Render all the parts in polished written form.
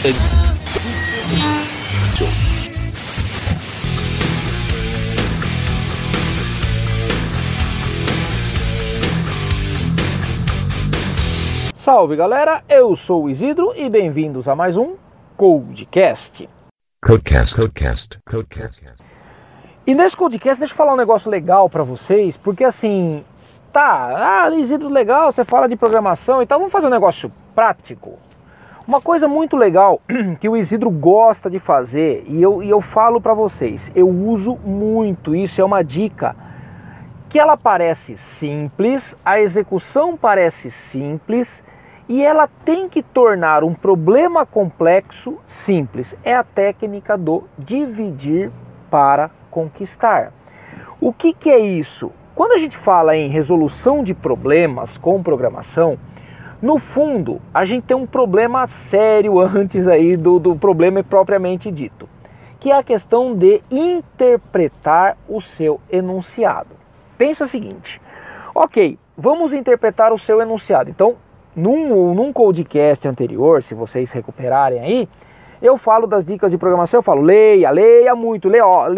Salve galera, eu sou o Isidro e bem-vindos a mais um Codecast. Codecast. E nesse Codecast deixa eu falar um negócio legal pra vocês, porque assim, Isidro, legal, você fala de programação e tal, vamos fazer um negócio prático. Uma coisa muito legal que o Isidro gosta de fazer, e eu falo pra vocês, eu uso muito isso, é uma dica, que ela parece simples, a execução parece simples, e ela tem que tornar um problema complexo simples. É a técnica do dividir para conquistar. O que é isso? Quando a gente fala em resolução de problemas com programação, no fundo, a gente tem um problema sério antes aí do problema propriamente dito, que é a questão de interpretar o seu enunciado. Pensa o seguinte, ok, vamos interpretar o seu enunciado. Então, num podcast anterior, se vocês recuperarem aí, eu falo das dicas de programação, eu falo, leia muito,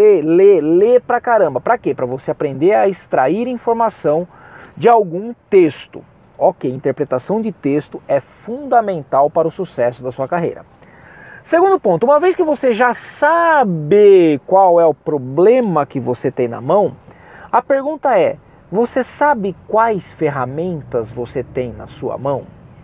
lê pra caramba. Pra quê? Pra você aprender a extrair informação de algum texto. Ok, interpretação de texto é fundamental para o sucesso da sua carreira. Segundo ponto, uma vez que você já sabe qual é o problema que você tem na mão, a pergunta é, você sabe quais ferramentas você tem na sua mão?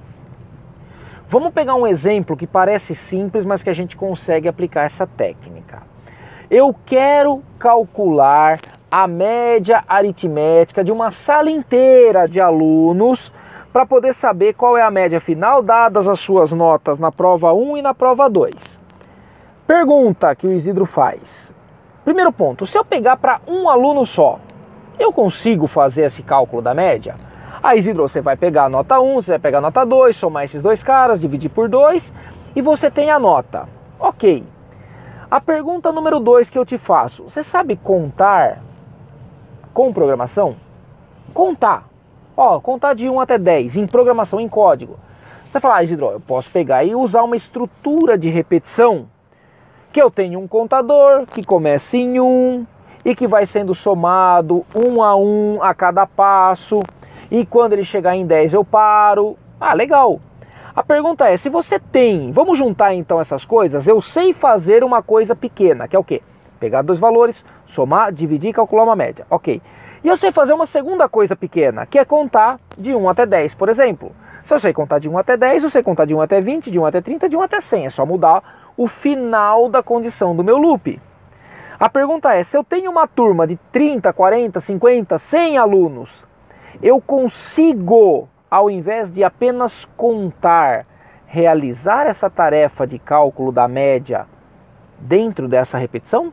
Vamos pegar um exemplo que parece simples, mas que a gente consegue aplicar essa técnica. Eu quero calcular a média aritmética de uma sala inteira de alunos para poder saber qual é a média final, dadas as suas notas na prova 1 e na prova 2. Pergunta que o Isidro faz. Primeiro ponto, se eu pegar para um aluno só, eu consigo fazer esse cálculo da média? Aí, Isidro, você vai pegar a nota 1, você vai pegar a nota 2, somar esses dois caras, dividir por 2 e você tem a nota. Ok. A pergunta número 2 que eu te faço, você sabe contar com programação? Contar. Contar de 1 até 10 em programação, em código. Você fala, Isidro, eu posso pegar e usar uma estrutura de repetição que eu tenho um contador que começa em 1, e que vai sendo somado 1 a cada passo, e quando ele chegar em 10 eu paro. Legal. A pergunta é, se você tem, vamos juntar então essas coisas, eu sei fazer uma coisa pequena, que é o quê? Pegar dois valores, somar, dividir e calcular uma média. Ok. E eu sei fazer uma segunda coisa pequena, que é contar de 1 até 10, por exemplo. Se eu sei contar de 1 até 10, eu sei contar de 1 até 20, de 1 até 30, de 1 até 100. É só mudar o final da condição do meu loop. A pergunta é, se eu tenho uma turma de 30, 40, 50, 100 alunos, eu consigo, ao invés de apenas contar, realizar essa tarefa de cálculo da média dentro dessa repetição?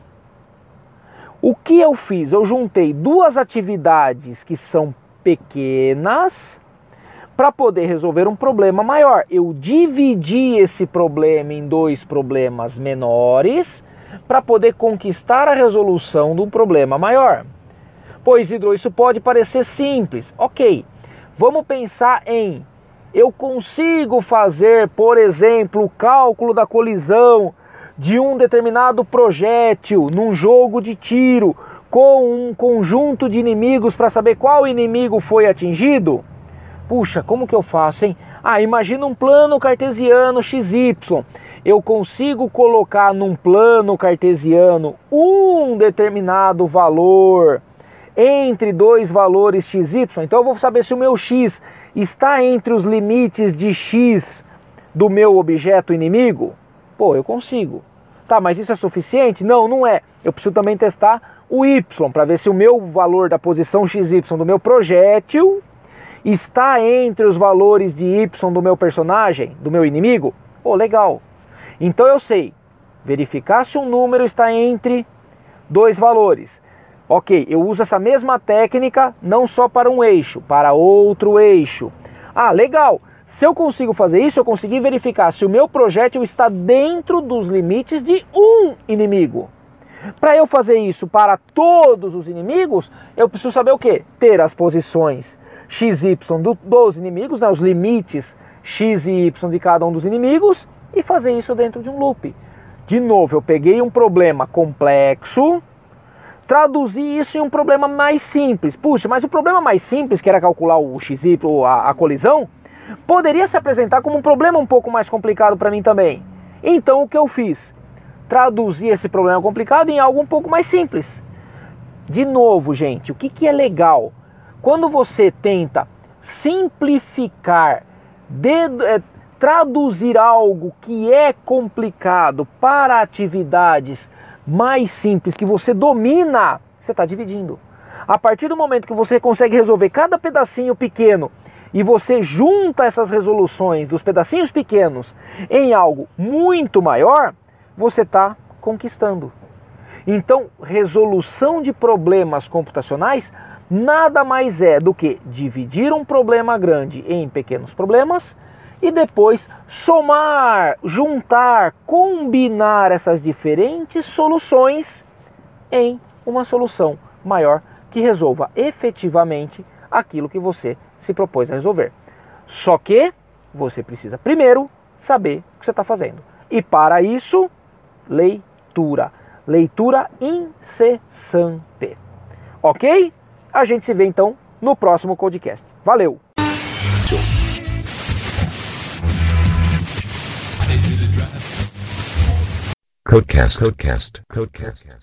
O que eu fiz? Eu juntei duas atividades que são pequenas para poder resolver um problema maior. Eu dividi esse problema em dois problemas menores para poder conquistar a resolução de um problema maior. Pois, Isidro, isso pode parecer simples. Ok, vamos pensar em, eu consigo fazer, por exemplo, o cálculo da colisão de um determinado projétil num jogo de tiro com um conjunto de inimigos para saber qual inimigo foi atingido? Puxa, como que eu faço, hein? Imagina um plano cartesiano XY. Eu consigo colocar num plano cartesiano um determinado valor entre dois valores XY. Então eu vou saber se o meu X está entre os limites de X do meu objeto inimigo? Pô, eu consigo. Tá, mas isso é suficiente? Não, não é. Eu preciso também testar o Y para ver se o meu valor da posição XY do meu projétil está entre os valores de Y do meu personagem, do meu inimigo? Pô, legal. Então eu sei verificar se um número está entre dois valores. Ok, eu uso essa mesma técnica não só para um eixo, para outro eixo. Legal. Se eu consigo fazer isso, eu consegui verificar se o meu projétil está dentro dos limites de um inimigo. Para eu fazer isso para todos os inimigos, eu preciso saber o quê? Ter as posições XY dos inimigos, os limites X e Y de cada um dos inimigos, e fazer isso dentro de um loop. De novo, eu peguei um problema complexo, traduzi isso em um problema mais simples. Puxa, mas o problema mais simples, que era calcular o XY, a colisão, poderia se apresentar como um problema um pouco mais complicado para mim também. Então o que eu fiz? Traduzi esse problema complicado em algo um pouco mais simples. De novo, gente, o que é legal? Quando você tenta simplificar, traduzir algo que é complicado para atividades mais simples, que você domina, você está dividindo. A partir do momento que você consegue resolver cada pedacinho pequeno e você junta essas resoluções dos pedacinhos pequenos em algo muito maior, você está conquistando. Então, resolução de problemas computacionais nada mais é do que dividir um problema grande em pequenos problemas e depois somar, juntar, combinar essas diferentes soluções em uma solução maior que resolva efetivamente aquilo que você se propôs a resolver. Só que você precisa primeiro saber o que você está fazendo. E para isso, leitura. Leitura incessante. Ok? A gente se vê então no próximo podcast. Valeu! Codecast.